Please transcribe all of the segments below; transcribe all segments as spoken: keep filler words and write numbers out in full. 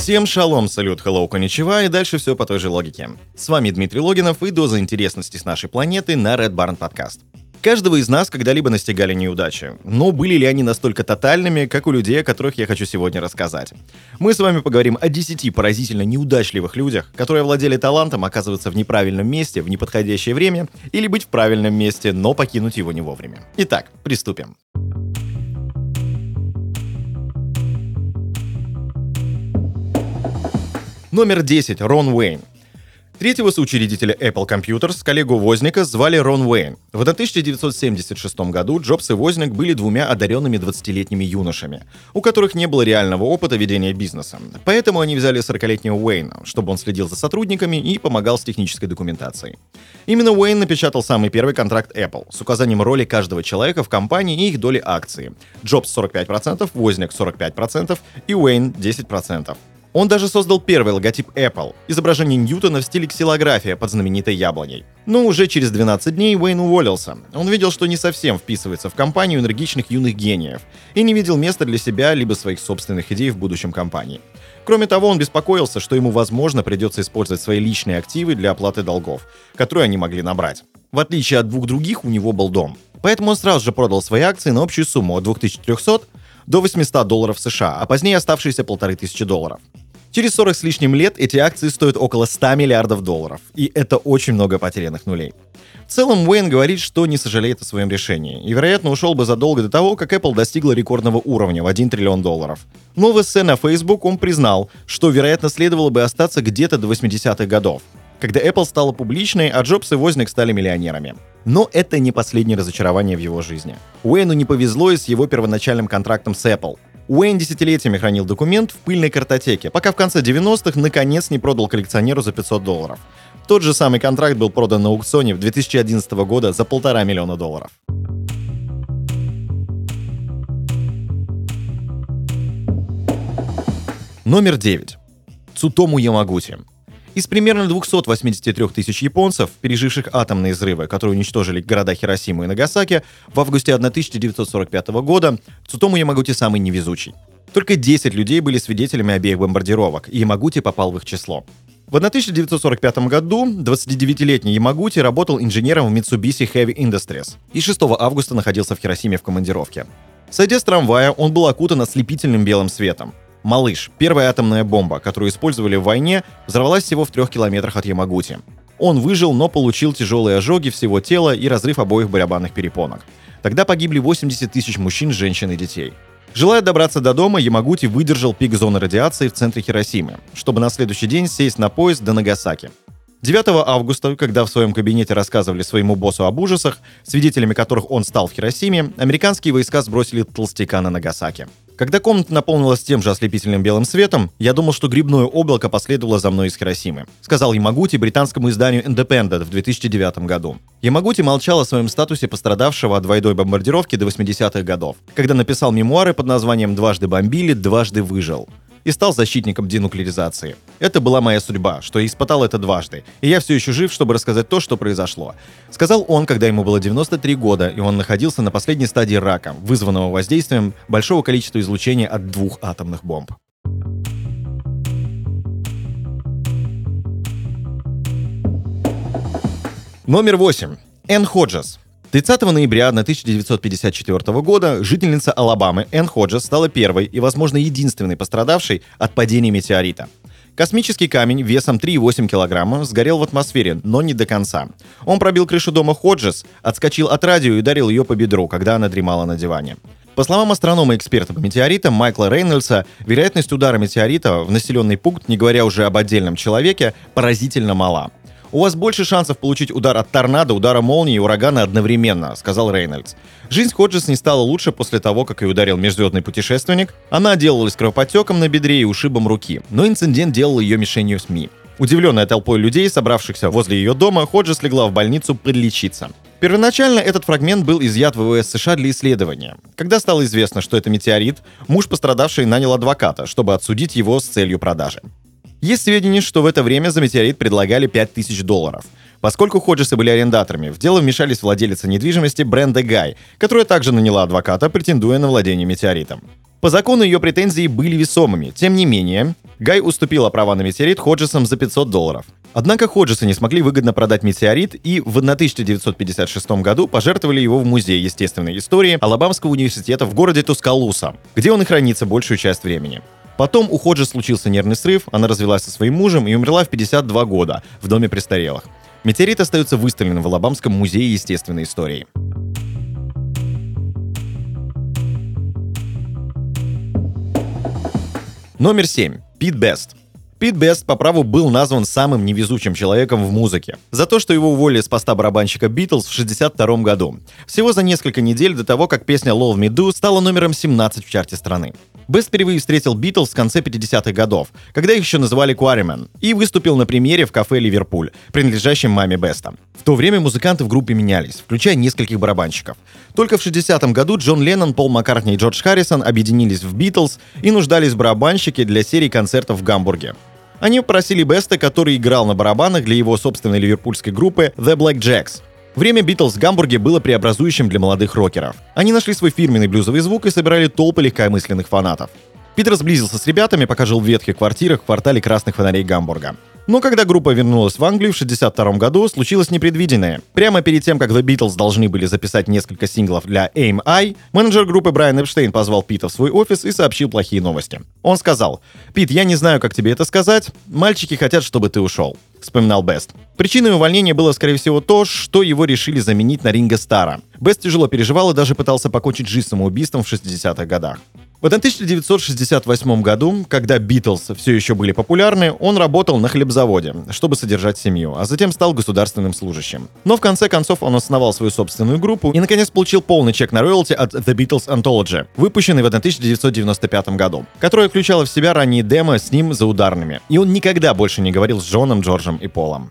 Всем шалом, салют, hello, коничева, и дальше все по той же логике. С вами Дмитрий Логинов и доза интересности с нашей планеты на Red Barn Podcast. Каждого из нас когда-либо настигали неудачи, но были ли они настолько тотальными, как у людей, о которых я хочу сегодня рассказать? Мы с вами поговорим о десяти поразительно неудачливых людях, которые овладели талантом оказываться в неправильном месте в неподходящее время или быть в правильном месте, но покинуть его не вовремя. Итак, приступим. Номер десять. Рон Уэйн. Третьего соучредителя Apple Computers, коллегу Возника, звали Рон Уэйн. В тысяча девятьсот семьдесят шестом году Джобс и Возник были двумя одаренными двадцатилетними юношами, у которых не было реального опыта ведения бизнеса. Поэтому они взяли сорокалетнего Уэйна, чтобы он следил за сотрудниками и помогал с технической документацией. Именно Уэйн напечатал самый первый контракт Apple с указанием роли каждого человека в компании и их доли акции. Джобс сорок пять процентов, Возник сорок пять процентов и Уэйн десять процентов. Он даже создал первый логотип Apple — изображение Ньютона в стиле ксилография под знаменитой яблоней. Но уже через двенадцать дней Уэйн уволился. Он видел, что не совсем вписывается в компанию энергичных юных гениев и не видел места для себя либо своих собственных идей в будущем компании. Кроме того, он беспокоился, что ему, возможно, придется использовать свои личные активы для оплаты долгов, которые они могли набрать. В отличие от двух других, у него был дом. Поэтому он сразу же продал свои акции на общую сумму от две тысячи триста до восемьсот долларов США, а позднее оставшиеся полторы тысячи долларов. Через сорок с лишним лет эти акции стоят около ста миллиардов долларов, и это очень много потерянных нулей. В целом, Уэйн говорит, что не сожалеет о своем решении, и, вероятно, ушел бы задолго до того, как Apple достигла рекордного уровня в один триллион долларов. Но в эссе на Facebook он признал, что, вероятно, следовало бы остаться где-то до восьмидесятых годов, когда Apple стала публичной, а Джобс и Возник стали миллионерами. Но это не последнее разочарование в его жизни. Уэйну не повезло и с его первоначальным контрактом с Apple. Уэйн десятилетиями хранил документ в пыльной картотеке, пока в конце девяностых наконец не продал коллекционеру за пятьсот долларов. Тот же самый контракт был продан на аукционе в две тысячи одиннадцатого года за полтора миллиона долларов. Номер девять. Цутому Ямагути. Из примерно двухсот восьмидесяти трёх тысяч японцев, переживших атомные взрывы, которые уничтожили города Хиросиму и Нагасаки в августе тысяча девятьсот сорок пятого года, Цутому Ямагути самый невезучий. Только десять людей были свидетелями обеих бомбардировок, и Ямагути попал в их число. В тысяча девятьсот сорок пятом году двадцатидевятилетний Ямагути работал инженером в Mitsubishi Heavy Industries и шестого августа находился в Хиросиме в командировке. Сойдя с трамвая, он был окутан ослепительным белым светом. «Малыш», первая атомная бомба, которую использовали в войне, взорвалась всего в трех километрах от Ямагути. Он выжил, но получил тяжелые ожоги всего тела и разрыв обоих барабанных перепонок. Тогда погибли восемьдесят тысяч мужчин, женщин и детей. Желая добраться до дома, Ямагути выдержал пик зоны радиации в центре Хиросимы, чтобы на следующий день сесть на поезд до Нагасаки. девятого августа, когда в своем кабинете рассказывали своему боссу об ужасах, свидетелями которых он стал в Хиросиме, американские войска сбросили толстяка на Нагасаки. Когда комната наполнилась тем же ослепительным белым светом, я думал, что грибное облако последовало за мной из Хиросимы, сказал Ямагути британскому изданию Independent в две тысячи девятом году. Ямагути молчал о своем статусе пострадавшего от двойной бомбардировки до восьмидесятых годов, когда написал мемуары под названием «Дважды бомбили, дважды выжил» и стал защитником денуклеаризации. Это была моя судьба, что я испытал это дважды, и я все еще жив, чтобы рассказать то, что произошло. Сказал он, когда ему было девяносто три года, и он находился на последней стадии рака, вызванного воздействием большого количества излучения от двух атомных бомб. Номер восемь. Энн Ходжес. тридцатого ноября тысяча девятьсот пятьдесят четвёртого года жительница Алабамы Энн Ходжес стала первой и, возможно, единственной пострадавшей от падения метеорита. Космический камень весом три и восемь десятых килограмма сгорел в атмосфере, но не до конца. Он пробил крышу дома Ходжес, отскочил от радио и ударил ее по бедру, когда она дремала на диване. По словам астронома-эксперта по метеоритам Майкла Рейнольдса, вероятность удара метеорита в населенный пункт, не говоря уже об отдельном человеке, поразительно мала. «У вас больше шансов получить удар от торнадо, удара молнии и урагана одновременно», — сказал Рейнольдс. Жизнь Ходжес не стала лучше после того, как ее ударил межзвездный путешественник. Она отделалась кровоподтеком на бедре и ушибом руки, но инцидент делал ее мишенью СМИ. Удивленная толпой людей, собравшихся возле ее дома, Ходжес легла в больницу подлечиться. Первоначально этот фрагмент был изъят в ВВС США для исследования. Когда стало известно, что это метеорит, муж пострадавшей нанял адвоката, чтобы отсудить его с целью продажи. Есть сведения, что в это время за метеорит предлагали пять тысяч долларов. Поскольку Ходжесы были арендаторами, в дело вмешались владелица недвижимости Бренда Гай, которая также наняла адвоката, претендуя на владение метеоритом. По закону ее претензии были весомыми. Тем не менее, Гай уступила права на метеорит Ходжесам за пятьсот долларов. Однако Ходжесы не смогли выгодно продать метеорит и в тысяча девятьсот пятьдесят шестом году пожертвовали его в Музей естественной истории Алабамского университета в городе Тускалуса, где он и хранится большую часть времени. Потом у Ходжес случился нервный срыв, она развелась со своим мужем и умерла в пятьдесят два года в доме престарелых. Метеорит остается выставлен в Алабамском музее естественной истории. Номер семь. Пит Бест. Пит Бест по праву был назван самым невезучим человеком в музыке за то, что его уволили с поста барабанщика Битлз в шестьдесят втором году. Всего за несколько недель до того, как песня Love Me Do стала номером семнадцать в чарте страны. Бест впервые встретил Битлз в конце пятидесятых годов, когда их еще называли Quarrymen, и выступил на премьере в кафе «Ливерпуль», принадлежащем маме Беста. В то время музыканты в группе менялись, включая нескольких барабанщиков. Только в шестидесятом году Джон Леннон, Пол Маккартни и Джордж Харрисон объединились в Битлз и нуждались в барабанщике для серии концертов в Гамбурге. Они попросили Беста, который играл на барабанах для его собственной ливерпульской группы The Black Jacks. Время Битлз в Гамбурге было преобразующим для молодых рокеров. Они нашли свой фирменный блюзовый звук и собирали толпы легкомысленных фанатов. Питер сблизился с ребятами, пока жил в ветхих квартирах в квартале Красных фонарей Гамбурга. Но когда группа вернулась в Англию в шестьдесят втором году, случилось непредвиденное. Прямо перед тем, как The Beatles должны были записать несколько синглов для Aim I, менеджер группы Брайан Эпштейн позвал Пита в свой офис и сообщил плохие новости. Он сказал: «Пит, я не знаю, как тебе это сказать. Мальчики хотят, чтобы ты ушел», — вспоминал Бест. Причиной увольнения было, скорее всего, то, что его решили заменить на Ринго Стара. Бест тяжело переживал и даже пытался покончить жизнь самоубийством в шестидесятых годах. В тысяча девятьсот шестьдесят восьмом году, когда Битлз все еще были популярны, он работал на хлебзаводе, чтобы содержать семью, а затем стал государственным служащим. Но в конце концов он основал свою собственную группу и наконец получил полный чек на роялти от The Beatles Anthology, выпущенный в тысяча девятьсот девяносто пятом году, которая включала в себя ранние демо с ним за ударными. И он никогда больше не говорил с Джоном, Джорджем и Полом.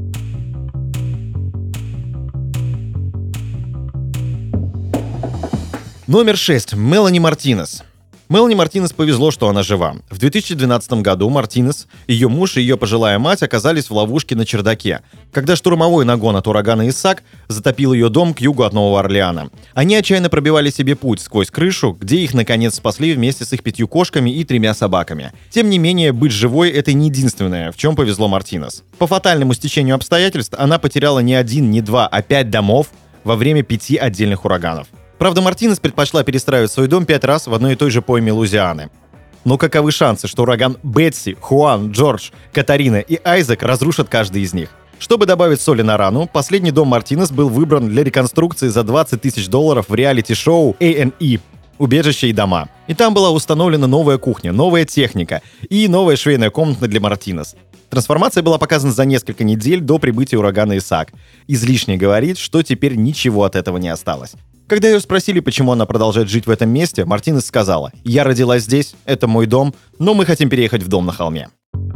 Номер шесть. Мелани Мартинес. Мелани Мартинес повезло, что она жива. В две тысячи двенадцатом году Мартинес, ее муж и ее пожилая мать оказались в ловушке на чердаке, когда штурмовой нагон от урагана Исаак затопил ее дом к югу от Нового Орлеана. Они отчаянно пробивали себе путь сквозь крышу, где их наконец спасли вместе с их пятью кошками и тремя собаками. Тем не менее, быть живой — это не единственное, в чем повезло Мартинес. По фатальному стечению обстоятельств она потеряла не один, не два, а пять домов во время пяти отдельных ураганов. Правда, Мартинес предпочла перестраивать свой дом пять раз в одной и той же пойме Луизианы. Но каковы шансы, что ураган Бетси, Хуан, Джордж, Катарина и Айзек разрушат каждый из них? Чтобы добавить соли на рану, последний дом Мартинес был выбран для реконструкции за двадцать тысяч долларов в реалити-шоу эй энд и «Убежище и дома». И там была установлена новая кухня, новая техника и новая швейная комната для Мартинес. Трансформация была показана за несколько недель до прибытия урагана Исаак. Излишне говорить, что теперь ничего от этого не осталось. Когда ее спросили, почему она продолжает жить в этом месте, Мартинес сказала: «Я родилась здесь, это мой дом, но мы хотим переехать в дом на холме».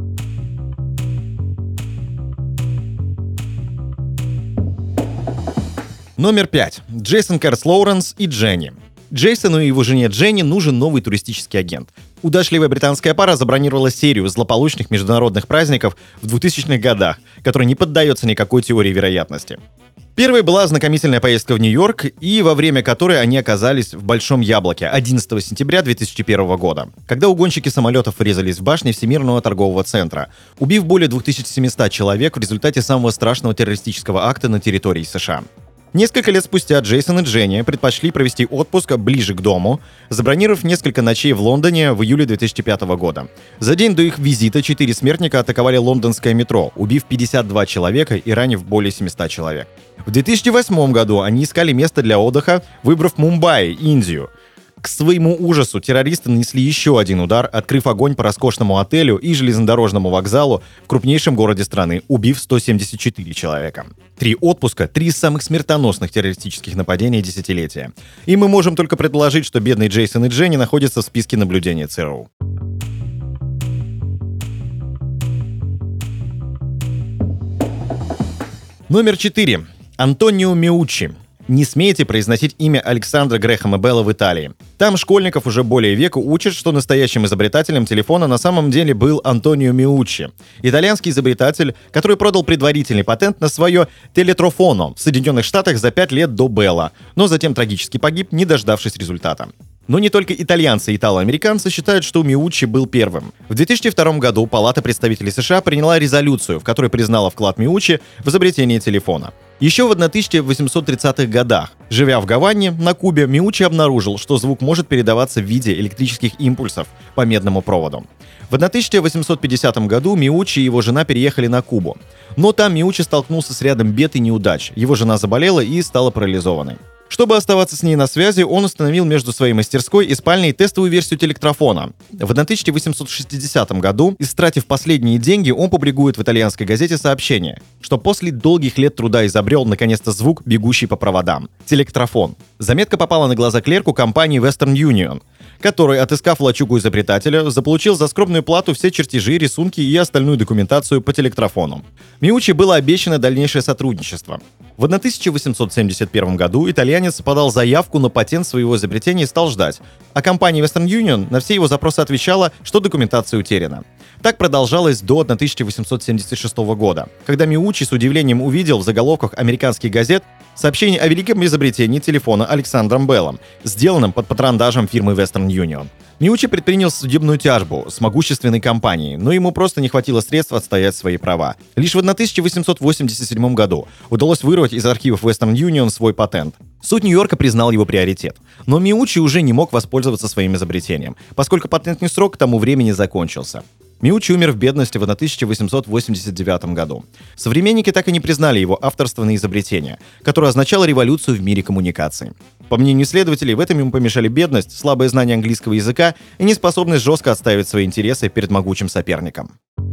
Номер пять. Джейсон Кэрс Лоуренс и Дженни. Джейсону и его жене Дженни нужен новый туристический агент. Удачливая британская пара забронировала серию злополучных международных праздников в двухтысячных годах, которая не поддается никакой теории вероятности. Первой была ознакомительная поездка в Нью-Йорк, и во время которой они оказались в Большом Яблоке одиннадцатого сентября две тысячи первого года, когда угонщики самолетов врезались в башни Всемирного торгового центра, убив более две тысячи семьсот человек в результате самого страшного террористического акта на территории США. Несколько лет спустя Джейсон и Дженни предпочли провести отпуск ближе к дому, забронировав несколько ночей в Лондоне в июле две тысячи пятого года. За день до их визита четыре смертника атаковали лондонское метро, убив пятьдесят два человека и ранив более семисот человек. В две тысячи восьмом году они искали место для отдыха, выбрав Мумбаи, Индию. К своему ужасу террористы нанесли еще один удар, открыв огонь по роскошному отелю и железнодорожному вокзалу в крупнейшем городе страны, убив сто семьдесят четыре человека. Три отпуска, три из самых смертоносных террористических нападения десятилетия. И мы можем только предположить, что бедный Джейсон и Дженни находятся в списке наблюдения ЦРУ. Номер четыре. Антонио Меуччи. Не смейте произносить имя Александра Грэхэма Белла в Италии. Там школьников уже более века учат, что настоящим изобретателем телефона на самом деле был Антонио Меуччи, итальянский изобретатель, который продал предварительный патент на свое телетрофоно в Соединенных Штатах за пять лет до Белла, но затем трагически погиб, не дождавшись результата. Но не только итальянцы и итало-американцы считают, что Миуччи был первым. В две тысячи втором году Палата представителей США приняла резолюцию, в которой признала вклад Миуччи в изобретение телефона. Еще в тысяча восемьсот тридцатых годах, живя в Гаване, на Кубе, Миуччи обнаружил, что звук может передаваться в виде электрических импульсов по медному проводу. В тысяча восемьсот пятидесятом году Миуччи и его жена переехали на Кубу. Но там Миуччи столкнулся с рядом бед и неудач. Его жена заболела и стала парализованной. Чтобы оставаться с ней на связи, он установил между своей мастерской и спальней тестовую версию телектрофона. В тысяча восемьсот шестидесятом году, истратив последние деньги, он публикует в итальянской газете сообщение, что после долгих лет труда изобрел наконец-то звук, бегущий по проводам — телектрофон. Заметка попала на глаза клерку компании Western Union, который, отыскав лачугу изобретателя, заполучил за скромную плату все чертежи, рисунки и остальную документацию по телектрофону. Миуччи было обещано дальнейшее сотрудничество. В тысяча восемьсот семьдесят первом году итальянец подал заявку на патент своего изобретения и стал ждать, а компания Western Union на все его запросы отвечала, что документация утеряна. Так продолжалось до тысяча восемьсот семьдесят шестого года, когда Миуччи с удивлением увидел в заголовках американских газет сообщение о великом изобретении телефона Александром Беллом, сделанном под патронтажем фирмы Western Union. Миуччи предпринял судебную тяжбу с могущественной компанией, но ему просто не хватило средств отстоять свои права. Лишь в тысяча восемьсот восемьдесят седьмом году удалось вырвать из архивов Western Union свой патент. Суд Нью-Йорка признал его приоритет, но Миуччи уже не мог воспользоваться своим изобретением, поскольку патентный срок к тому времени закончился. Миуччи умер в бедности в тысяча восемьсот восемьдесят девятом году. Современники так и не признали его авторство на изобретение, которое означало революцию в мире коммуникаций. По мнению исследователей, в этом ему помешали бедность, слабое знание английского языка и неспособность жестко отстаивать свои интересы перед могучим соперником.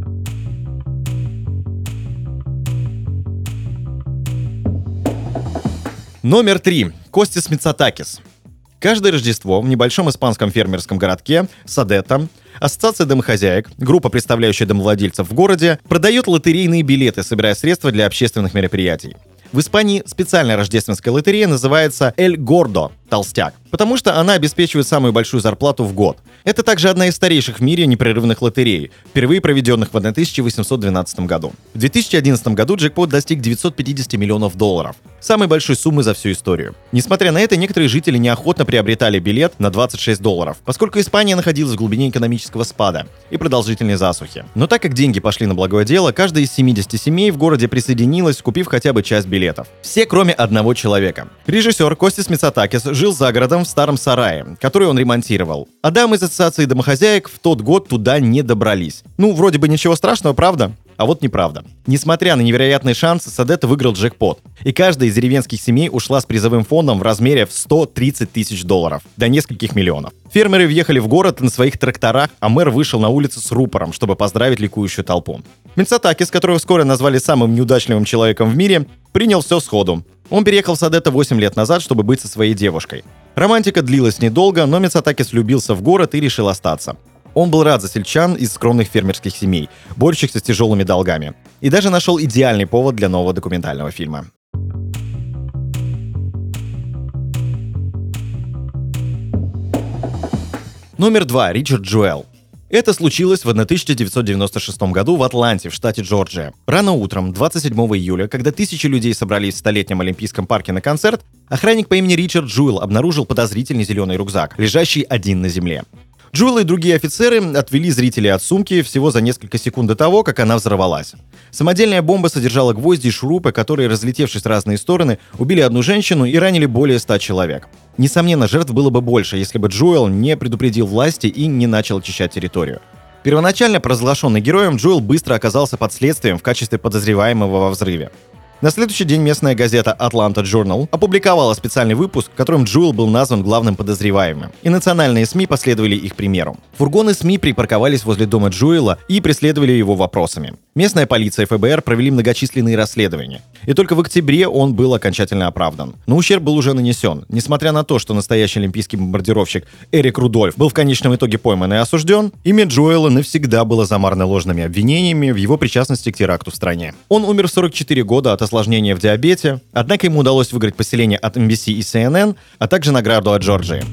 Номер три. Костис Мицотакис. Каждое Рождество в небольшом испанском фермерском городке Садетта Ассоциация домохозяек, группа, представляющая домовладельцев в городе, продает лотерейные билеты, собирая средства для общественных мероприятий. В Испании специальная рождественская лотерея называется «Эль Гордо» — «Толстяк», потому что она обеспечивает самую большую зарплату в год. Это также одна из старейших в мире непрерывных лотерей, впервые проведенных в тысяча восемьсот двенадцатом году. В две тысячи одиннадцатом году джекпот достиг девятьсот пятьдесят миллионов долларов, самой большой суммы за всю историю. Несмотря на это, некоторые жители неохотно приобретали билет на двадцать шесть долларов, поскольку Испания находилась в глубине экономического спада и продолжительной засухи. Но так как деньги пошли на благое дело, каждая из семидесяти семей в городе присоединилась, купив хотя бы часть билетов. Все, кроме одного человека. Режиссер Костис Мицотакис жил за городом в старом сарае, который он ремонтировал. А дамы из ассоциации домохозяек в тот год туда не добрались. Ну, вроде бы ничего страшного, правда? А вот неправда. Несмотря на невероятные шансы, Садетта выиграл джекпот. И каждая из деревенских семей ушла с призовым фондом в размере в сто тридцать тысяч долларов, до нескольких миллионов. Фермеры въехали в город на своих тракторах, а мэр вышел на улицу с рупором, чтобы поздравить ликующую толпу. Мицотакис, которого вскоре назвали самым неудачливым человеком в мире, принял все сходу. Он переехал в Садетта восемь лет назад, чтобы быть со своей девушкой. Романтика длилась недолго, но Мицотакис влюбился в город и решил остаться. Он был рад за сельчан из скромных фермерских семей, борющихся с тяжелыми долгами, и даже нашел идеальный повод для нового документального фильма. Номер два. Ричард Джуэлл. Это случилось в тысяча девятьсот девяносто шестом году в Атланте, в штате Джорджия. Рано утром, двадцать седьмого июля, когда тысячи людей собрались в столетнем Олимпийском парке на концерт, охранник по имени Ричард Джуэлл обнаружил подозрительный зеленый рюкзак, лежащий один на земле. Джуэлл и другие офицеры отвели зрителей от сумки всего за несколько секунд до того, как она взорвалась. Самодельная бомба содержала гвозди и шурупы, которые, разлетевшись в разные стороны, убили одну женщину и ранили более ста человек. Несомненно, жертв было бы больше, если бы Джуэлл не предупредил власти и не начал очищать территорию. Первоначально провозглашенный героем, Джуэлл быстро оказался под следствием в качестве подозреваемого во взрыве. На следующий день местная газета Atlanta Journal опубликовала специальный выпуск, в котором Джуэлл был назван главным подозреваемым, и национальные СМИ последовали их примеру. Фургоны СМИ припарковались возле дома Джуэлла и преследовали его вопросами. Местная полиция и эф бэ эр провели многочисленные расследования, и только в октябре он был окончательно оправдан. Но ущерб был уже нанесен. Несмотря на то, что настоящий олимпийский бомбардировщик Эрик Рудольф был в конечном итоге пойман и осужден, имя Джуэлла навсегда было замарано ложными обвинениями в его причастности к теракту в стране. Он умер в сорок четыре года от осложнения в диабете, однако ему удалось выиграть поселение от эн би си и си эн эн, а также награду от Джорджии.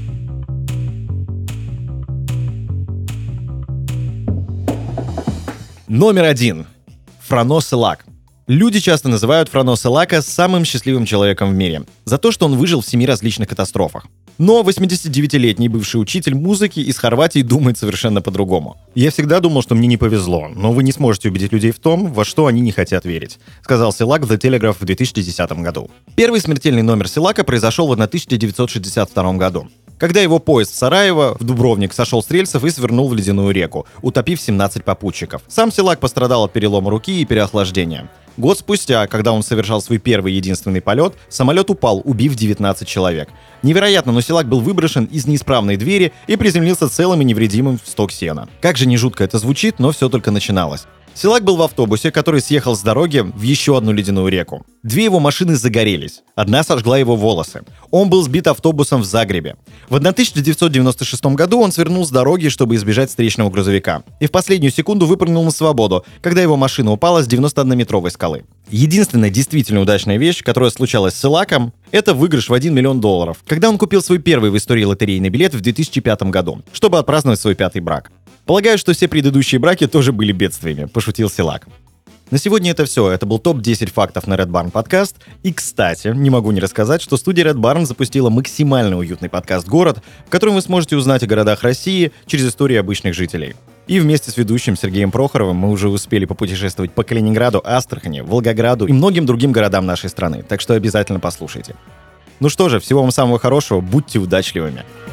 Номер один. Франо Селак. Люди часто называют Франо Селака самым счастливым человеком в мире за то, что он выжил в семи различных катастрофах. Но восьмидесятидевятилетний бывший учитель музыки из Хорватии думает совершенно по-другому. «Я всегда думал, что мне не повезло, но вы не сможете убедить людей в том, во что они не хотят верить», сказал Селак в The Telegraph в две тысячи десятом году. Первый смертельный номер Селака произошел в тысяча девятьсот шестьдесят втором году, когда его поезд в Сараево в Дубровник сошел с рельсов и свернул в ледяную реку, утопив семнадцать попутчиков. Сам Селак пострадал от перелома руки и переохлаждения. Год спустя, когда он совершал свой первый и единственный полет, самолет упал, убив девятнадцать человек. Невероятно, но Селак был выброшен из неисправной двери и приземлился целым и невредимым в сток сена. Как же не жутко это звучит, но все только начиналось. Селак был в автобусе, который съехал с дороги в еще одну ледяную реку. Две его машины загорелись. Одна сожгла его волосы. Он был сбит автобусом в Загребе. В тысяча девятьсот девяносто шестом году он свернул с дороги, чтобы избежать встречного грузовика. И в последнюю секунду выпрыгнул на свободу, когда его машина упала с девяностооднометровой скалы. Единственная действительно удачная вещь, которая случалась с Селаком, это выигрыш в один миллион долларов, когда он купил свой первый в истории лотерейный билет в две тысячи пятом году, чтобы отпраздновать свой пятый брак. Полагаю, что все предыдущие браки тоже были бедствиями, пошутил Селак. На сегодня это все. Это был топ десять фактов на Red Barn подкаст. И, кстати, не могу не рассказать, что студия Red Barn запустила максимально уютный подкаст «Город», в котором вы сможете узнать о городах России через истории обычных жителей. И вместе с ведущим Сергеем Прохоровым мы уже успели попутешествовать по Калининграду, Астрахани, Волгограду и многим другим городам нашей страны. Так что обязательно послушайте. Ну что же, всего вам самого хорошего, будьте удачливыми.